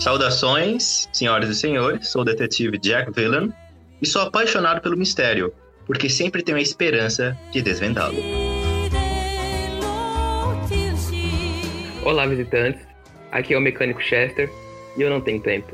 Saudações, senhoras e senhores, sou o detetive Jack Villan e sou apaixonado pelo mistério, porque sempre tenho a esperança de desvendá-lo. Olá, visitantes. Aqui é o mecânico Chester e eu não tenho tempo.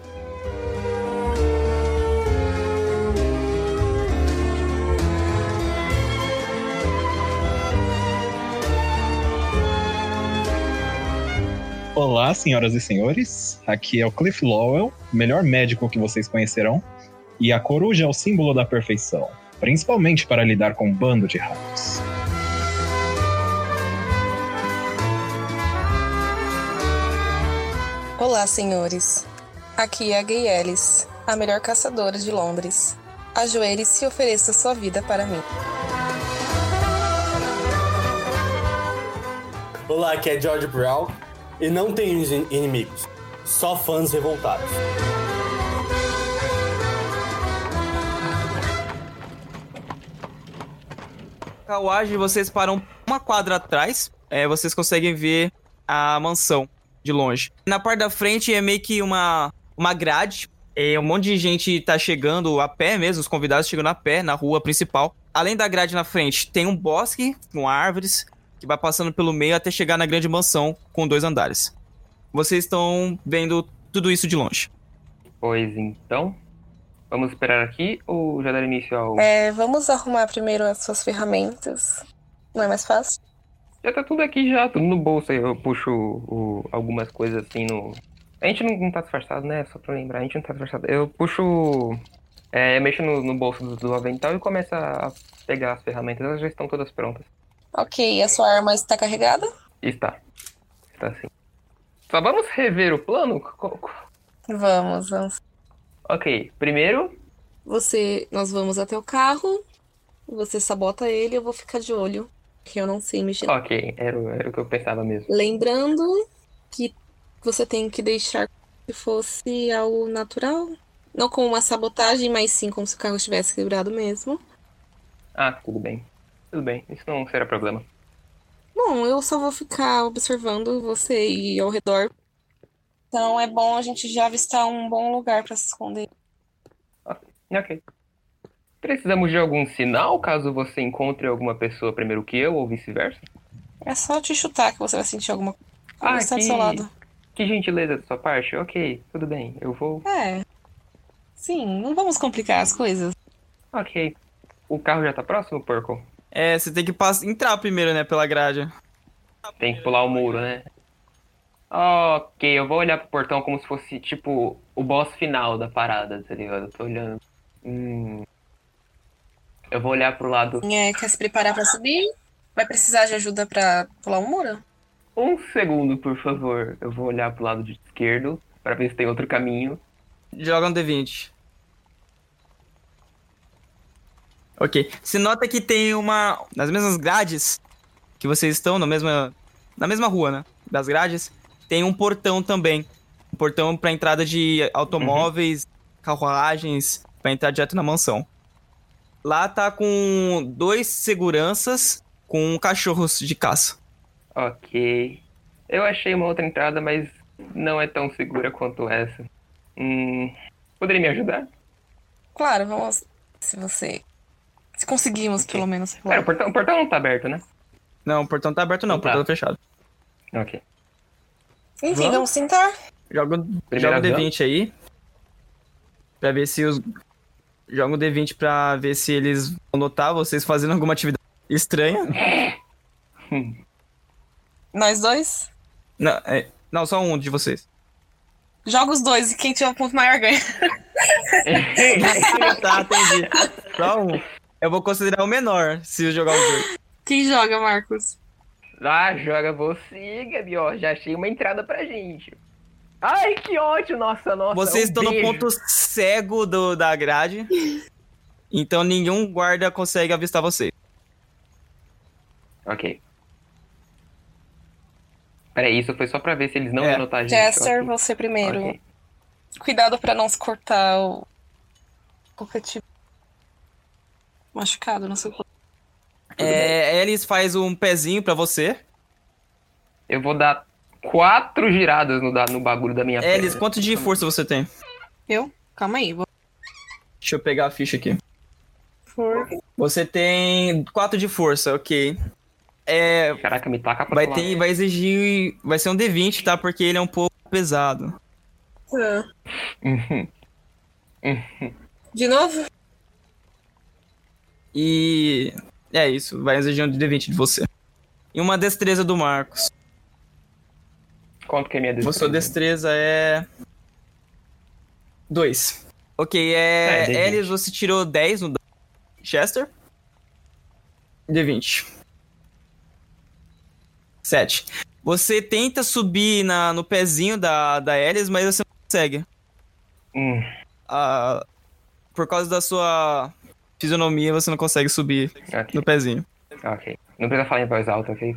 Olá, senhoras e senhores. Aqui é o Cliff Lowell, o melhor médico que vocês conhecerão. E a coruja é o símbolo da perfeição, principalmente para lidar com um bando de ratos. Olá, senhores. Aqui é a Gay Ellis, a melhor caçadora de Londres. Ajoelhe-se e ofereça sua vida para mim. Olá, aqui é George Brown e não tenho inimigos, só fãs revoltados. Carruagem, vocês param uma quadra atrás, vocês conseguem ver a mansão de longe. Na parte da frente é meio que uma grade, um monte de gente tá chegando a pé mesmo, os convidados chegando a pé na rua principal. Além da grade na frente, tem um bosque com árvores que vai passando pelo meio até chegar na grande mansão com 2 andares. Vocês estão vendo tudo isso de longe. Pois então, vamos esperar aqui ou já dar início ao... Vamos arrumar primeiro as suas ferramentas. Não é mais fácil? Já tá tudo aqui já, tudo no bolso. Aí eu puxo algumas coisas assim no... A gente não tá disfarçado, né? Só pra lembrar, a gente não tá disfarçado. Eu puxo... mexo no bolso do avental e começo a pegar as ferramentas. Elas já estão todas prontas. Ok, a sua arma está carregada? Está sim. Só vamos rever o plano? Vamos. Ok, primeiro... Nós vamos até o carro, você sabota ele, eu vou ficar de olho, que eu não sei mexer. Ok, era o que eu pensava mesmo. Lembrando que você tem que deixar se fosse algo natural. Não como uma sabotagem, mas sim como se o carro estivesse quebrado mesmo. Ah, tudo bem, isso não será problema. Bom, eu só vou ficar observando você e ao redor. Então é bom a gente já avistar um bom lugar pra se esconder. Ok. Precisamos de algum sinal caso você encontre alguma pessoa primeiro que eu ou vice-versa? É só te chutar que você vai sentir alguma coisa. Está do seu lado. Que gentileza da sua parte. Ok, tudo bem, eu vou... Sim, não vamos complicar as coisas. Ok. O carro já tá próximo, porco? Você tem que entrar primeiro, né, pela grade. Tem que pular o muro, né? Ok, eu vou olhar pro portão como se fosse, tipo, o boss final da parada, tá ligado? Eu tô olhando. Eu vou olhar pro lado... Quer se preparar pra subir? Vai precisar de ajuda pra pular um muro? Um segundo, por favor. Eu vou olhar pro lado esquerdo pra ver se tem outro caminho. Joga um D20. Ok. Você nota que tem nas mesmas grades que vocês estão, na mesma rua, né? Das grades, tem um portão também. Um portão pra entrada de automóveis, carruagens, pra entrar direto na mansão. Lá tá com 2 seguranças com cachorros de caça. Ok. Eu achei uma outra entrada, mas não é tão segura quanto essa. Poderia me ajudar? Claro, vamos... Se conseguimos, pelo menos. Claro, o portão não tá aberto, né? Não, o portão tá aberto não, o portão tá fechado. Ok. Enfim, vamos tentar. Joga o D20 aí. Pra ver se os... Joga o D20 pra ver se eles vão notar vocês fazendo alguma atividade estranha. Nós dois? Não, só um de vocês. Joga os 2 e quem tiver o ponto maior ganha. Tá, entendi. Só um. Eu vou considerar o menor se eu jogar os 2. Quem joga, Marcos? Joga você, Gabi, ó. Já achei uma entrada pra gente. Ai, que ótimo, nossa. Vocês estão no ponto cego da grade. Então nenhum guarda consegue avistar vocês. Ok. Peraí, isso foi só pra ver se eles não iam notar a gente. Chester, você primeiro. Okay. Cuidado pra não se cortar qualquer tipo machucado no seu corpo. Eles faz um pezinho pra você. Eu vou dar 4 giradas no bagulho da minha Elis, perna. quanto de força você tem? Eu? Calma aí. Deixa eu pegar a ficha aqui. Força. Você tem 4 de força, ok. Caraca, me taca pra lá. Vai exigir... Vai ser um D20, tá? Porque ele é um pouco pesado. Tá. Uhum. De novo? E... É isso, vai exigir um D20 de você. E uma destreza do Marcos. Quanto que é minha destreza? Sua destreza é... 2. Ok, D20. Elis, você tirou 10 no dado. Chester? D20. 7. Você tenta subir no pezinho da Elis, mas você não consegue. Por causa da sua fisionomia, você não consegue subir no pezinho. Ok. Não precisa falar em voz alta, ok?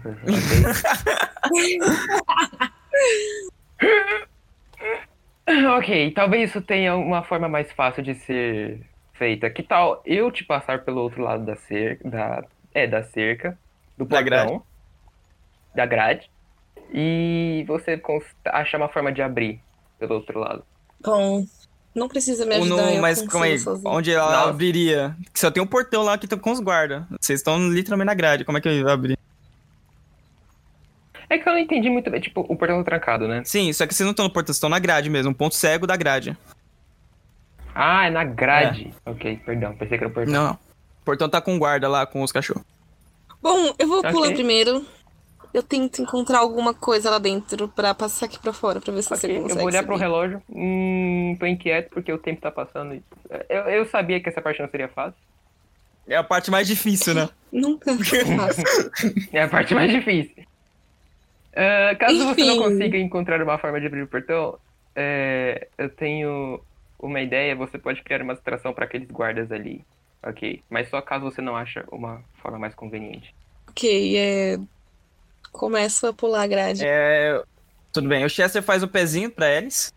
Ok, talvez isso tenha uma forma mais fácil de ser feita. Que tal eu te passar pelo outro lado da cerca, da cerca, do portão, da grade, e você achar uma forma de abrir pelo outro lado. Bom, não precisa me ajudar, Mas calma aí, onde ela abriria? Que só tem um portão lá que tá com os guardas. Vocês estão literalmente na grade, como é que eu ia abrir? É que eu não entendi muito bem, tipo, o portão tá trancado, né? Sim, só que vocês não estão no portão, vocês estão na grade mesmo, um ponto cego da grade. Ah, é na grade. Ok, perdão, pensei que era o portão. Não, o portão tá com guarda lá, com os cachorros. Bom, eu vou pular Ok. primeiro. Eu tento encontrar alguma coisa lá dentro pra passar aqui pra fora, pra ver se você Ok, consegue eu vou olhar pro subir. relógio. Tô inquieto porque o tempo tá passando. Eu sabia que essa parte não seria fácil. É a parte mais difícil, né? Nunca faço. É a parte mais difícil. Caso você não Enfim. consiga encontrar uma forma de abrir o portão, eu tenho uma ideia. Você pode criar uma distração para aqueles guardas ali. Ok, mas só caso você não acha uma forma mais conveniente. Ok, começo a pular a grade. Tudo bem, o Chester faz o pezinho pra eles.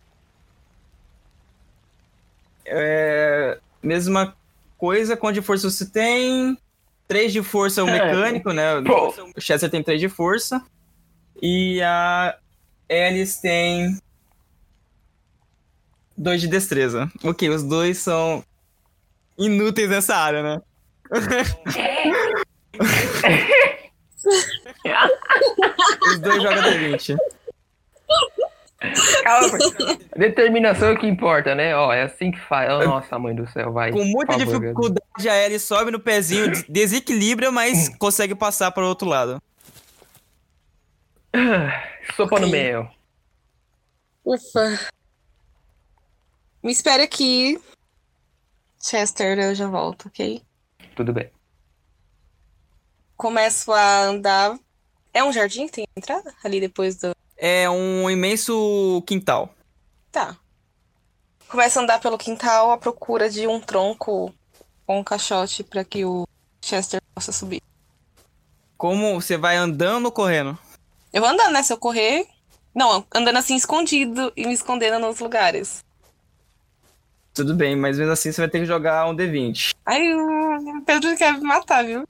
Mesma coisa, quanto de força você tem? 3 de força o mecânico, né? Pô. O Chester tem 3 de força. E a Alice tem 2 de destreza. Ok, os dois são inúteis nessa área, né? Os dois jogam D20. Calma, determinação é o que importa, né? Ó, é assim que faz. Oh, nossa, mãe do céu, vai. Com muita Por favor, dificuldade, a Alice sobe no pezinho, desequilibra, mas consegue passar para o outro lado. Sopa no Ok. meio. Ufa. Me espere aqui. Chester, eu já volto, ok? Tudo bem. Começo a andar. É um jardim que tem entrada? Ali depois do. É um imenso quintal. Tá. Começo a andar pelo quintal à procura de um tronco ou um caixote pra que o Chester possa subir. Como você vai andando ou correndo? Eu vou andando, né? Se eu correr. Não, andando assim escondido e me escondendo nos lugares. Tudo bem, mas mesmo assim você vai ter que jogar um D20. Ai, o Pedro quer me matar, viu?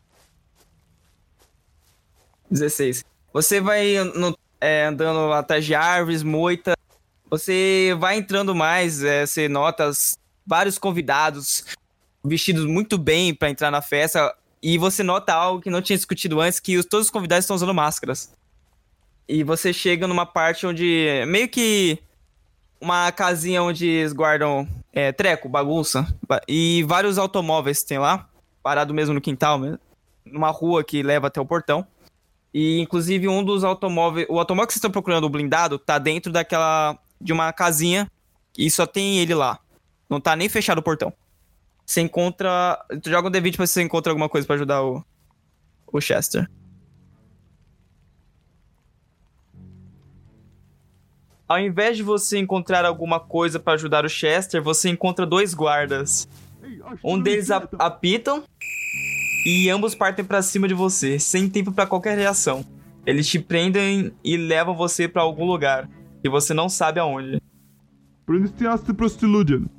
16. Você vai andando atrás de árvores, moita. Você vai entrando mais, você nota vários convidados vestidos muito bem pra entrar na festa. E você nota algo que não tinha discutido antes, que todos os convidados estão usando máscaras. E você chega numa parte onde... meio que uma casinha onde eles guardam treco, bagunça. E vários automóveis tem lá, parado mesmo no quintal, mesmo, numa rua que leva até o portão. E, inclusive, um dos automóveis... O automóvel que vocês estão procurando, o blindado, tá dentro de uma casinha e só tem ele lá. Não tá nem fechado o portão. Você encontra... Tu joga um D20 pra ver se você encontra alguma coisa pra ajudar o Chester. Ao invés de você encontrar alguma coisa pra ajudar o Chester, você encontra 2 guardas. Um deles apitam e ambos partem pra cima de você, sem tempo pra qualquer reação. Eles te prendem e levam você pra algum lugar, e você não sabe aonde. Принести простолюдин.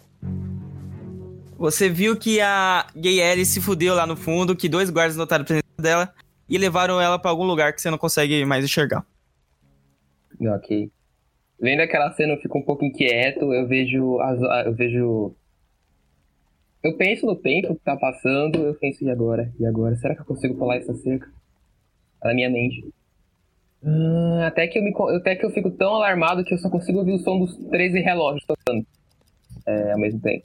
Você viu que a Gay Ellie se fudeu lá no fundo, que 2 guardas notaram a presença dela e levaram ela pra algum lugar que você não consegue mais enxergar. Ok. Vendo aquela cena, eu fico um pouco inquieto, eu vejo... Eu penso no tempo que tá passando, eu penso, e agora? E agora? Será que eu consigo pular essa cerca? Na minha mente. Até que eu fico tão alarmado que eu só consigo ouvir o som dos 13 relógios tocando. Ao mesmo tempo.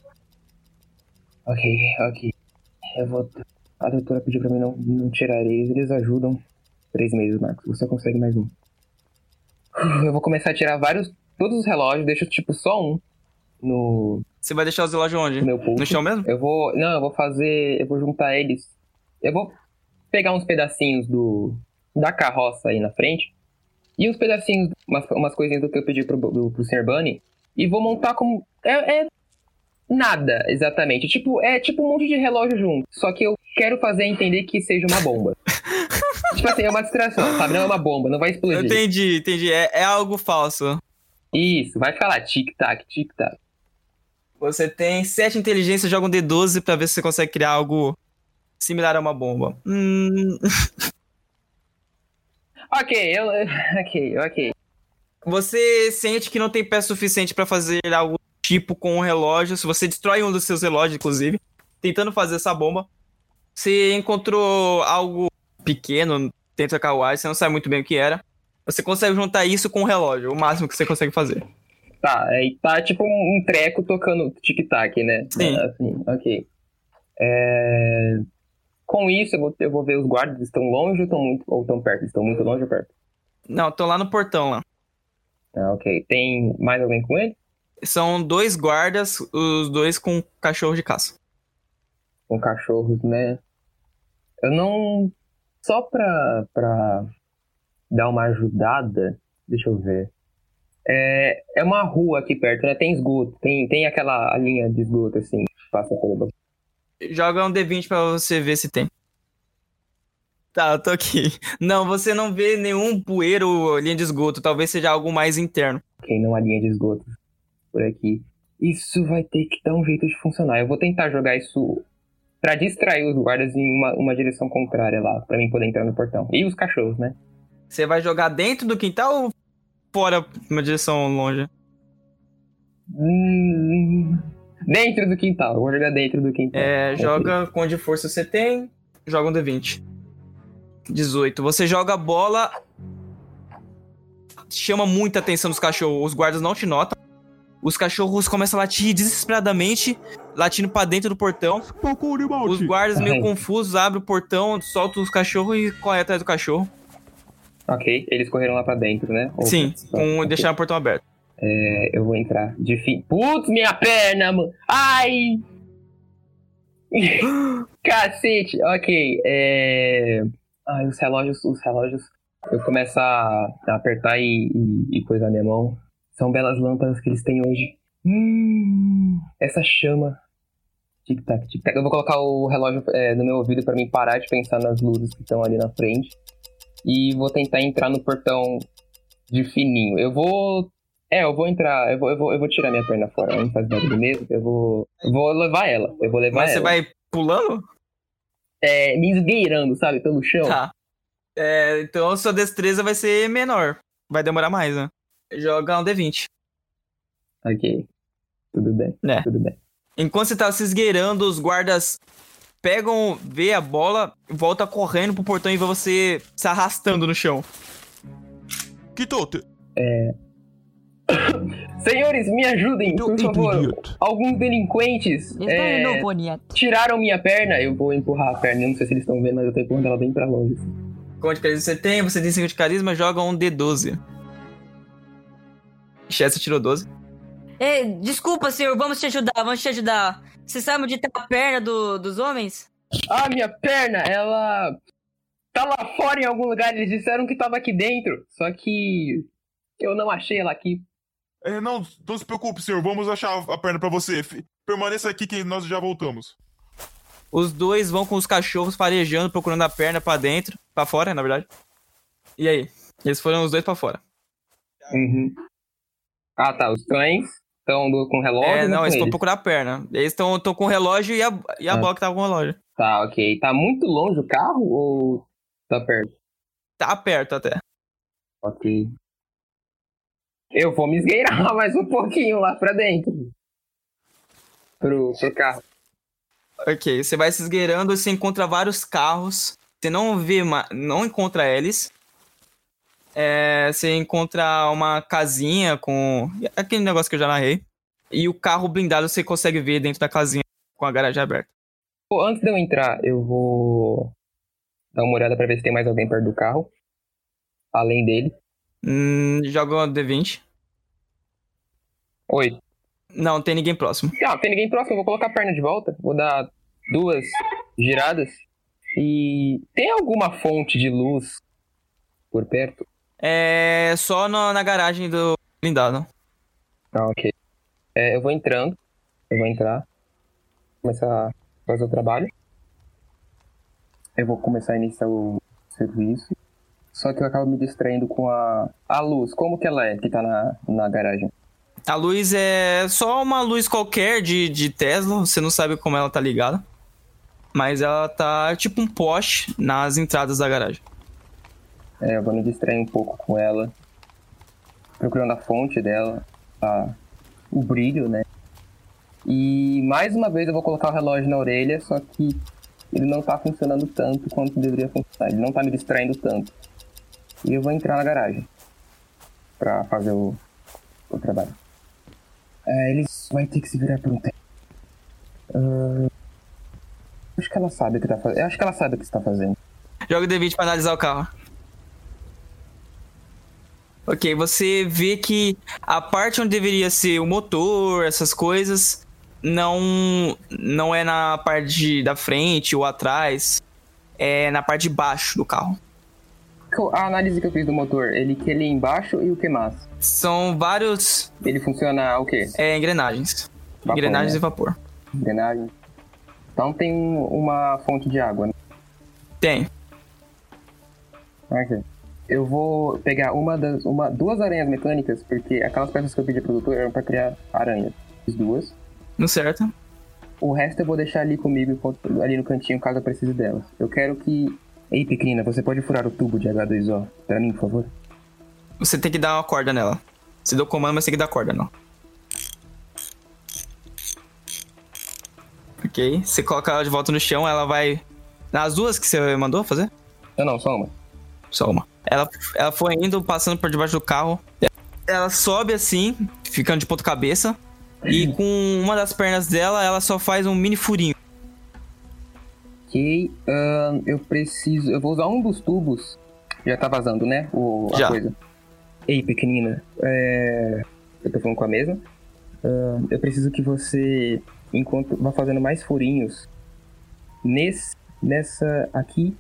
Ok. A doutora pediu pra mim não tirar eles ajudam. 3 meses, Marcos. Você consegue mais um. Eu vou começar a tirar todos os relógios, deixo tipo só um no... Você vai deixar os relógios onde? No meu pulso. No chão mesmo? Eu vou juntar eles. Eu vou pegar uns pedacinhos da carroça aí na frente. E uns pedacinhos, umas coisinhas do que eu pedi pro Sr. Bunny. E vou montar como... Nada, exatamente. É tipo um monte de relógio junto. Só que eu quero fazer entender que seja uma bomba. Tipo assim, é uma distração, sabe? Não é uma bomba, não vai explodir. Entendi. É algo falso. Isso, vai ficar lá, tic-tac, tic-tac. Você tem 7 inteligência, joga um D12 pra ver se você consegue criar algo similar a uma bomba. Ok. Você sente que não tem peça suficiente pra fazer algo tipo com um relógio. Se você destrói um dos seus relógios, inclusive, tentando fazer essa bomba, você encontrou algo pequeno dentro da carruagem, você não sabe muito bem o que era. Você consegue juntar isso com um relógio, o máximo que você consegue fazer. Tá, aí tá tipo um treco tocando tic-tac, né? Sim. Assim, ok. Com isso, eu vou ver os guardas, estão longe ou estão perto? Estão muito longe ou perto? Não, tô lá no portão lá. Ok. Tem mais alguém com ele? São 2 guardas, os 2 com cachorro de caça. Com cachorros, né? Eu não... Só pra dar uma ajudada, deixa eu ver. É uma rua aqui perto, né? Tem esgoto, tem aquela linha de esgoto, assim, que passa pelo... Joga um D20 pra você ver se tem. Tá, eu tô aqui. Não, você não vê nenhum bueiro ou linha de esgoto. Talvez seja algo mais interno. Ok, não há linha de esgoto por aqui. Isso vai ter que dar um jeito de funcionar. Eu vou tentar jogar isso pra distrair os guardas em uma direção contrária lá, pra mim poder entrar no portão. E os cachorros, né? Você vai jogar dentro do quintal ou fora, uma direção longe? Dentro do quintal. Eu vou jogar dentro do quintal. Joga com de força você tem. Joga um D20. 18. Você joga a bola. Chama muita atenção dos cachorros. Os guardas não te notam. Os cachorros começam a latir desesperadamente, latindo pra dentro do portão. Os guardas, meio confusos, abrem o portão, soltam os cachorros e correm atrás do cachorro. Ok, eles correram lá pra dentro, né? Sim, deixaram o portão aberto. Eu vou entrar de fim. Putz, minha perna, mano! Ai! Cacete! Ok, os relógios. Eu começo a apertar e coisar minha mão. São belas lâmpadas que eles têm hoje. Essa chama. Tic-tac, tic-tac. Eu vou colocar o relógio no meu ouvido pra mim parar de pensar nas luzes que estão ali na frente. E vou tentar entrar no portão de fininho. Eu vou entrar. Eu vou tirar minha perna fora. Ela não faz barulho mesmo. Eu vou levar ela. Mas você vai pulando? Me esgueirando, sabe? Pelo chão. Tá. Então a sua destreza vai ser menor. Vai demorar mais, né? Joga um D20. Ok. Tudo bem. Tudo bem. Enquanto você tá se esgueirando, os guardas vê a bola, volta correndo pro portão e vê você se arrastando no chão. Senhores, me ajudem, por favor. Alguns delinquentes tiraram minha perna. Eu vou empurrar a perna. Eu não sei se eles estão vendo, mas eu tô empurrando ela bem pra longe. Quanto de carisma você tem? Você tem 5 de carisma, joga um D12. Chessa tirou 12. Desculpa, senhor, vamos te ajudar. Você sabe onde tá a perna dos homens? Minha perna, ela tá lá fora em algum lugar. Eles disseram que tava aqui dentro, só que eu não achei ela aqui. Não se preocupe, senhor, vamos achar a perna pra você. Permaneça aqui que nós já voltamos. Os 2 vão com os cachorros farejando, procurando a perna pra dentro, pra fora, na verdade. E aí? Eles foram os 2 pra fora. Tá, os cães Estão com relógio? Não, com eles estão eles? procurando a perna. Eles estão com o relógio e a bola que tava com o relógio. Tá, ok. Tá muito longe o carro ou tá perto? Tá perto até. Ok. Eu vou me esgueirar mais um pouquinho lá pra dentro. Pro carro. Ok, você vai se esgueirando, você encontra vários carros. Você não encontra eles. Você encontra uma casinha com aquele negócio que eu já narrei. E o carro blindado você consegue ver dentro da casinha com a garagem aberta. Pô, antes de eu entrar, eu vou dar uma olhada pra ver se tem mais alguém perto do carro. Além dele. Joga um D20. 8. Não, tem ninguém próximo. Não tem ninguém próximo, eu vou colocar a perna de volta. Vou dar 2 giradas. E tem alguma fonte de luz por perto? Só na garagem do blindado. Ah, ok. Eu vou entrando. Eu vou entrar. Começar a fazer o trabalho. Eu vou começar a iniciar o serviço. Só que eu acabo me distraindo com a luz. Como que ela é que tá na garagem? A luz é só uma luz qualquer de Tesla. Você não sabe como ela tá ligada. Mas ela tá tipo um poste nas entradas da garagem. Eu vou me distrair um pouco com ela. Procurando a fonte dela. O brilho, né? E mais uma vez eu vou colocar o relógio na orelha. Só que ele não tá funcionando tanto quanto deveria funcionar. Ele não tá me distraindo tanto. E eu vou entrar na garagem. Pra fazer o trabalho. Eles vão ter que se virar por um tempo. Acho que ela sabe o que tá fazendo. Eu acho que ela sabe o que está fazendo. Joga o D20 pra analisar o carro. Ok, você vê que a parte onde deveria ser o motor, essas coisas, não é na parte da frente ou atrás. É na parte de baixo do carro. A análise que eu fiz do motor, ele embaixo e o que mais? São vários... Ele funciona o quê? Engrenagens. Vapor, Engrenagens né? e vapor. Engrenagem. Então tem uma fonte de água, né? Tem. Ok. Eu vou pegar duas aranhas mecânicas, porque aquelas peças que eu pedi ao produtor eram pra criar aranhas. Fiz 2. No certo. O resto eu vou deixar ali comigo, ali no cantinho, caso eu precise delas. Eu quero que... Ei, pequenina, você pode furar o tubo de H2O pra mim, por favor? Você tem que dar uma corda nela. Você deu o comando, mas tem que dar corda, não. Ok. Você coloca ela de volta no chão, ela vai... Nas duas que você mandou fazer? Não, só uma. Só uma. Ela foi indo, passando por debaixo do carro. Ela sobe assim, ficando de ponta cabeça. E com uma das pernas dela, ela só faz um mini furinho. Ok. Eu vou usar um dos tubos. Já tá vazando, né? A coisa. Ei, pequenina. Eu tô falando com a mesa. Eu preciso que você, enquanto vá fazendo mais furinhos, nessa aqui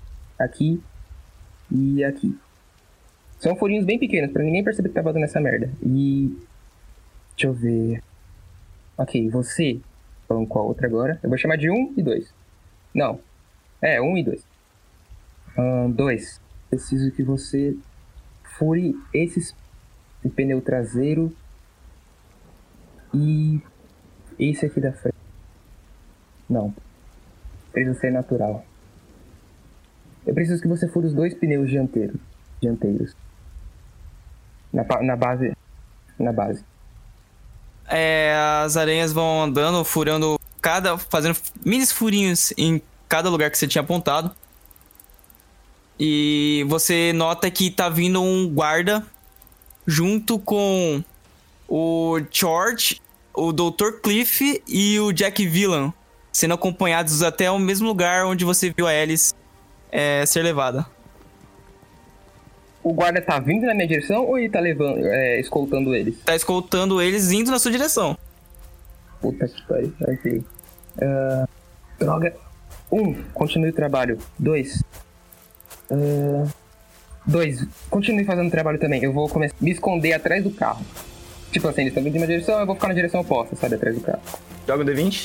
e aqui. São furinhos bem pequenos, pra ninguém perceber que tá fazendo essa merda. E... deixa eu ver... Ok, você... falando com a outra agora. Eu vou chamar de 1 e 2. Não. 1 e 2. 2. Preciso que você fure o pneu traseiro e esse aqui da frente. Não. Precisa ser natural. Eu preciso que você fure os 2 pneus dianteiros. Na base. As aranhas vão andando, furando fazendo mini furinhos em cada lugar que você tinha apontado. E você nota que tá vindo um guarda junto com o George, o Dr. Cliff e o Jack Villan, sendo acompanhados até o mesmo lugar onde você viu a Alice ser levada. O guarda tá vindo na minha direção ou ele tá escoltando eles? Tá escoltando eles indo na sua direção. Puta que pariu. Ok. Droga. 1. Continue o trabalho. 2. 2. Continue fazendo o trabalho também. Eu vou começar a me esconder atrás do carro. Tipo assim, eles estão vindo de uma direção, eu vou ficar na direção oposta, sabe? Atrás do carro. Joga o D20.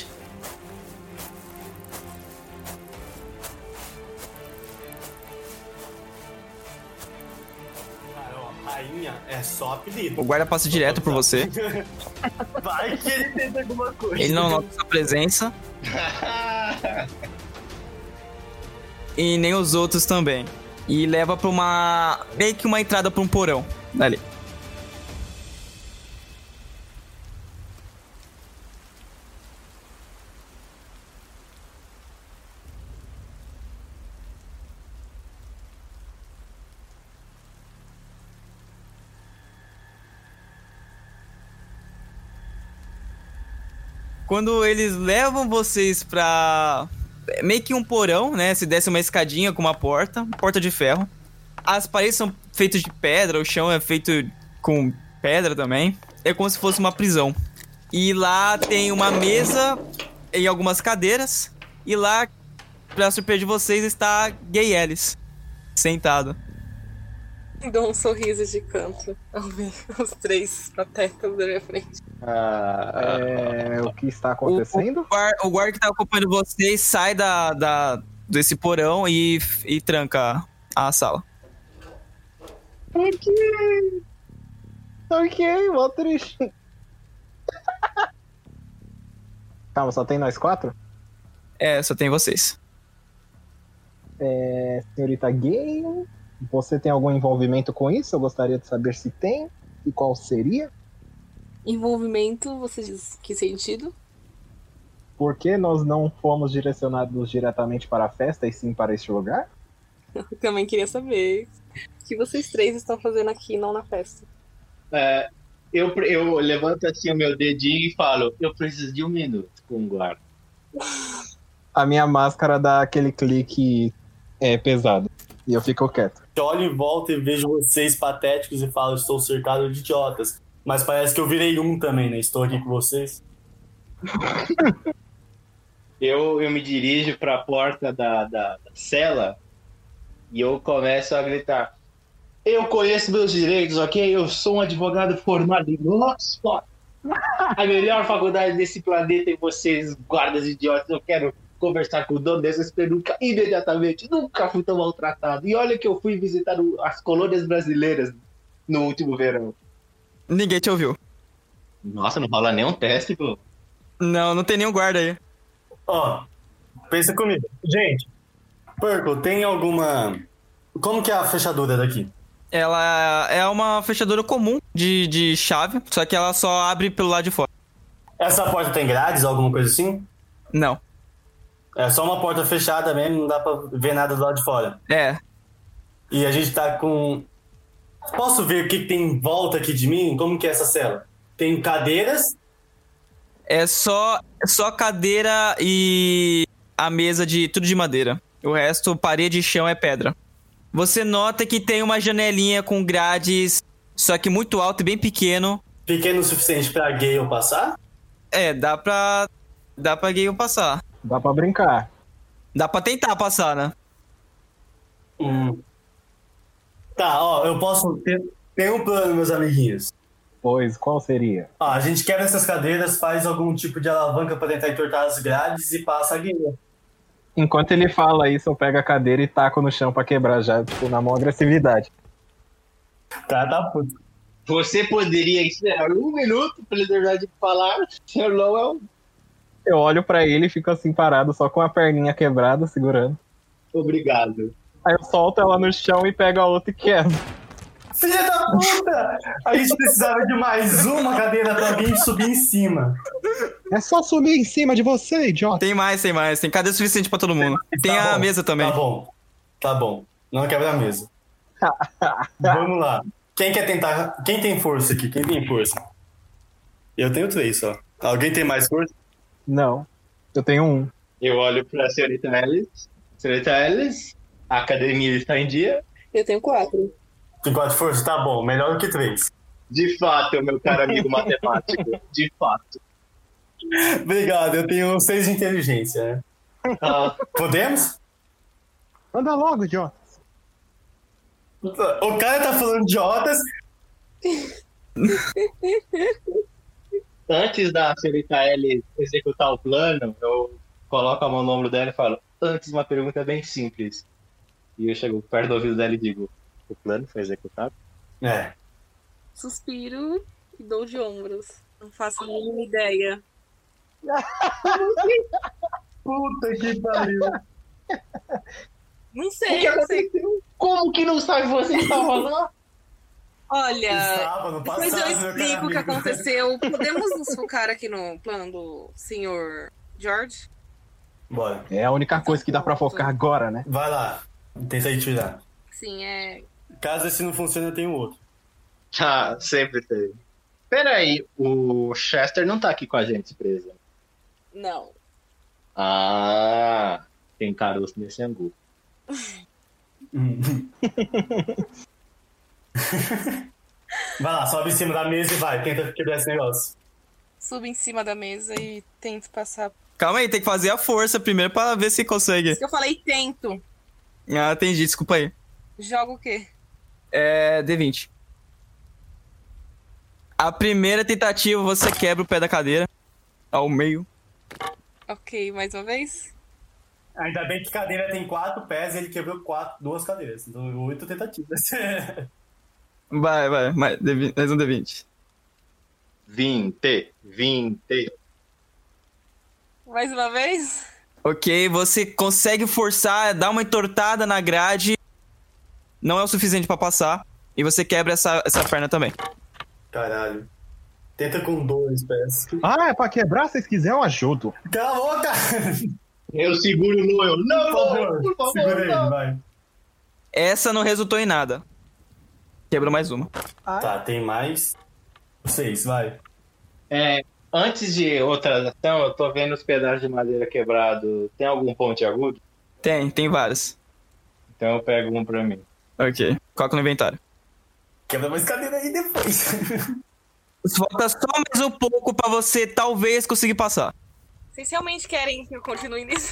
Rainha é só apelido. O guarda passa direto por você. Vai que ele tenta alguma coisa. Ele não nota sua presença. E nem os outros também. E leva pra meio que uma entrada pra um porão. Dali. Quando eles levam vocês pra meio que um porão, né? Se desce uma escadinha com uma porta de ferro. As paredes são feitas de pedra, o chão é feito com pedra também. É como se fosse uma prisão. E lá tem uma mesa e algumas cadeiras. E lá, pra surpresa de vocês, está Gay Ellis, sentado. Dou um sorriso de canto ao ver os 3 patetas da minha frente. O que está acontecendo? O guarda que tá acompanhando vocês sai desse porão e tranca a sala. Ok, mó triste. Calma, só tem nós 4? Só tem vocês. Senhorita Gay, você tem algum envolvimento com isso? Eu gostaria de saber se tem e qual seria. Envolvimento, você diz que sentido? Por que nós não fomos direcionados diretamente para a festa e sim para este lugar? Eu também queria saber o que vocês 3 estão fazendo aqui e não na festa. Eu levanto assim o meu dedinho e falo, eu preciso de 1 minuto com o guarda. A minha máscara dá aquele clique pesado. E eu fico quieto. Eu olho em volta e vejo vocês patéticos e falo, estou cercado de idiotas. Mas parece que eu virei um também, né? Estou aqui com vocês. Eu me dirijo para a porta da cela e eu começo a gritar. Eu conheço meus direitos, ok? Eu sou um advogado formado em Oxford. A melhor faculdade desse planeta e vocês, guardas idiotas, eu quero conversar com o dono dessa peruca imediatamente. Nunca fui tão maltratado. E olha que eu fui visitar as colônias brasileiras no último verão. Ninguém te ouviu. Nossa, não rola nem um teste, pô. Não tem nenhum guarda aí. Pensa comigo. Gente, Purple, tem alguma... Como que é a fechadura daqui? Ela é uma fechadura comum de chave, só que ela só abre pelo lado de fora. Essa porta tem grades, alguma coisa assim? Não. É só uma porta fechada mesmo, não dá pra ver nada do lado de fora. E a gente tá com... Posso ver o que tem em volta aqui de mim? Como que é essa cela? Tem cadeiras? É só cadeira e a mesa de tudo de madeira. O resto, parede e chão é pedra. Você nota que tem uma janelinha com grades, só que muito alto e bem pequeno. Pequeno o suficiente pra Gale passar? Dá pra Gale passar. Dá pra brincar. Dá pra tentar passar, né? Tá, eu posso... Tem um plano, meus amiguinhos. Pois, qual seria? A gente quebra essas cadeiras, faz algum tipo de alavanca pra tentar entortar as grades e passa a guia. Enquanto ele fala isso, eu pego a cadeira e taco no chão pra quebrar já, tipo, na maior agressividade. Tá puto. Você poderia esperar 1 minuto pra ele terminar de falar, Sr. Lowell? Eu olho pra ele e fico assim parado, só com a perninha quebrada, segurando. Obrigado. Aí eu solto ela no chão e pego a outra e quebro. Filha da puta! A gente precisava de mais uma cadeira pra alguém subir em cima. É só subir em cima de você, idiota. Tem mais. Tem cadeira suficiente pra todo mundo. Tem a mesa também. Tá bom. Não quebra a mesa. Vamos lá. Quem quer tentar... Quem tem força aqui? Quem tem força? Eu tenho 3 só. Alguém tem mais força? Não. Eu tenho 1. Eu olho pra senhorita Ellis. Senhorita Ellis, a academia está em dia. Eu tenho 4. Tem 4 de força? Tá bom. Melhor do que 3. De fato, meu caro amigo matemático. De fato. Obrigado. Eu tenho 6 de inteligência, né? Podemos? Anda logo, idiota. O cara tá falando idiotas. Antes da senhorita Ellie executar o plano, eu coloco a mão no ombro dela e falo, antes uma pergunta bem simples. E eu chego perto do ouvido dela e digo, o plano foi executado? É. Suspiro e dou de ombros. Não faço a mínima ideia. Puta que pariu. Não O sei, que não sei. aconteceu? Como que não sabe? Você estava lá? Olha, Estava no depois passado, eu meu explico o que caro amigo. aconteceu. Podemos nos focar aqui no plano do Sr. George? Bora. É a única coisa que dá pra focar agora, né? Vai lá. Tenta aí tirar. Sim, Caso esse não funcione, eu tenho outro. Ah, sempre teve. Peraí, o Chester não tá aqui com a gente preso. Não. Ah, tem caroço nesse angu. Vai lá, sobe em cima da mesa e vai. Tenta quebrar esse negócio. Subo em cima da mesa e tento passar. Calma aí, tem que fazer a força primeiro pra ver se consegue. Isso que eu falei, tento. Ah, entendi, desculpa aí. Joga o quê? É D20. A primeira tentativa você quebra o pé da cadeira ao meio. Ok, mais uma vez? Ainda bem que cadeira tem 4 pés e ele quebrou 2 cadeiras. Então, 8 tentativas. Vai, mais um D20. 20. Mais uma vez? Ok, você consegue forçar, dar uma entortada na grade. Não é o suficiente pra passar. E você quebra essa perna também. Caralho. Tenta com 2 pés. Ah, é pra quebrar? Se vocês quiserem, eu ajudo. Cala a boca! Eu seguro o Noel. Não, Por favor, segura ele, vai. Essa não resultou em nada. Quebrou mais uma. Tá, tem mais 6, vai. Antes de outra ação, eu tô vendo os pedaços de madeira quebrado. Tem algum ponto agudo? Tem vários. Então eu pego um pra mim. Ok, coloca no inventário. Quebra mais cadeira aí depois. Falta só mais um pouco pra você talvez conseguir passar. Vocês realmente querem que eu continue nisso?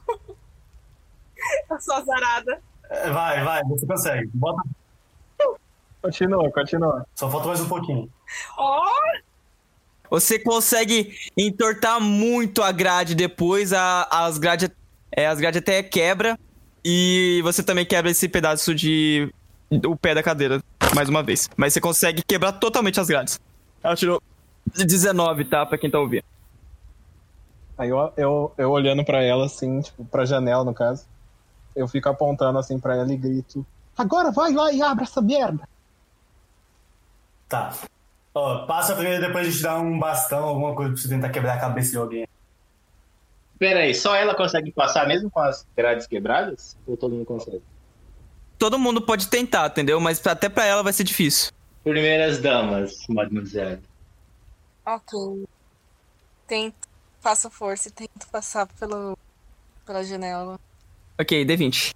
Eu sou azarada. Vai, você consegue. Bota. Continua. Só falta mais um pouquinho. Você consegue entortar muito a grade depois, as grades até quebra. E você também quebra esse pedaço o pé da cadeira, mais uma vez. Mas você consegue quebrar totalmente as grades. Ela tirou 19, tá? Pra quem tá ouvindo. Aí eu olhando pra ela, assim, tipo, pra janela, no caso. Eu fico apontando, assim, pra ela e grito: agora vai lá e abre essa merda! Tá. Ó, passa primeiro e depois a gente dá um bastão, alguma coisa pra você tentar quebrar a cabeça de alguém. Peraí, só ela consegue passar mesmo com as grades quebradas? Ou todo mundo consegue? Todo mundo pode tentar, entendeu? Mas até pra ela vai ser difícil. Primeiras damas, mademoiselle. Ok. Faço força e tento passar pela janela. Ok, D20.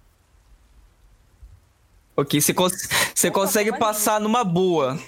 Ok, você consegue passar numa boa.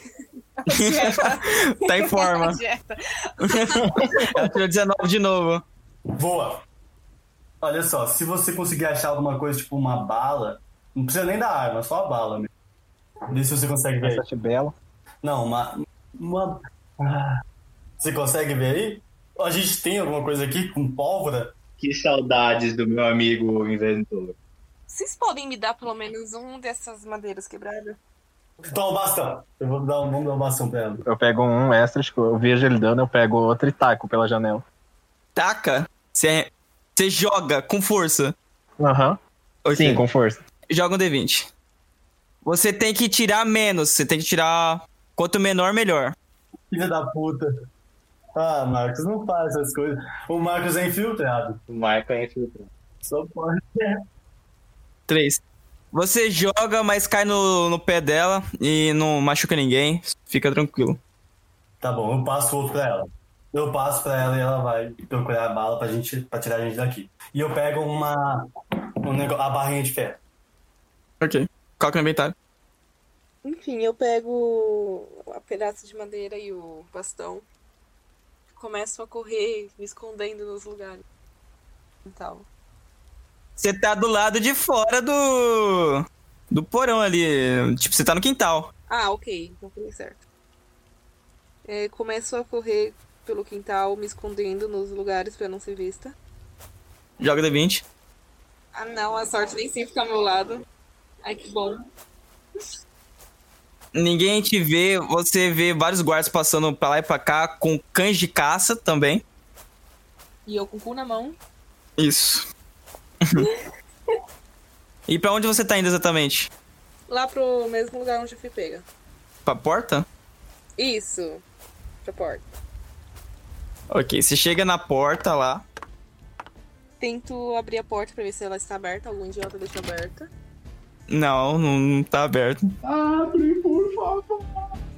Tá em forma. Ela tirou 19 de novo. Boa! Olha só, se você conseguir achar alguma coisa, tipo uma bala, não precisa nem da arma, só a bala mesmo. Vê se você consegue ver aí. Bela. Não, uma... Você consegue ver aí? A gente tem alguma coisa aqui com pólvora? Que saudades do meu amigo inventor. Vocês podem me dar pelo menos um dessas madeiras quebradas? Toma o bastão. Vamos dar um bastão pra ela. Eu pego um extra, tipo, eu vejo ele dando, eu pego outro e taco pela janela. Taca? Você joga com força? Aham. Okay. Sim, com força. Joga um D20. Você tem que tirar menos. Você tem que tirar... Quanto menor, melhor. Filha da puta. Ah, Marcos, não faz essas coisas. O Marcos é infiltrado. O Marco é infiltrado. Só pode. 3. Você joga, mas cai no pé dela e não machuca ninguém. Fica tranquilo. Tá bom, eu passo outro pra ela. Eu passo pra ela e ela vai procurar a bala pra tirar a gente daqui. E eu pego a barrinha de ferro. Ok. Coloca no inventário. Enfim, eu pego a pedaço de madeira e o bastão. Começo a correr, me escondendo nos lugares. Então. Você tá do lado de fora do porão ali. Tipo, você tá no quintal. Ah, ok. Não foi certo. Começo a correr pelo quintal, me escondendo nos lugares pra não ser vista. Joga D20. Ah, não. A sorte nem sempre fica ao meu lado. Ai, que bom. Ninguém te vê, você vê vários guardas passando pra lá e pra cá com cães de caça também. E eu com o cu na mão. Isso. E pra onde você tá indo exatamente? Lá pro mesmo lugar onde eu fui pega. Pra porta? Isso. Pra porta. Ok, você chega na porta lá. Tento abrir a porta pra ver se ela está aberta. Algum idiota deixou aberta. Não tá aberto. Abre, por favor.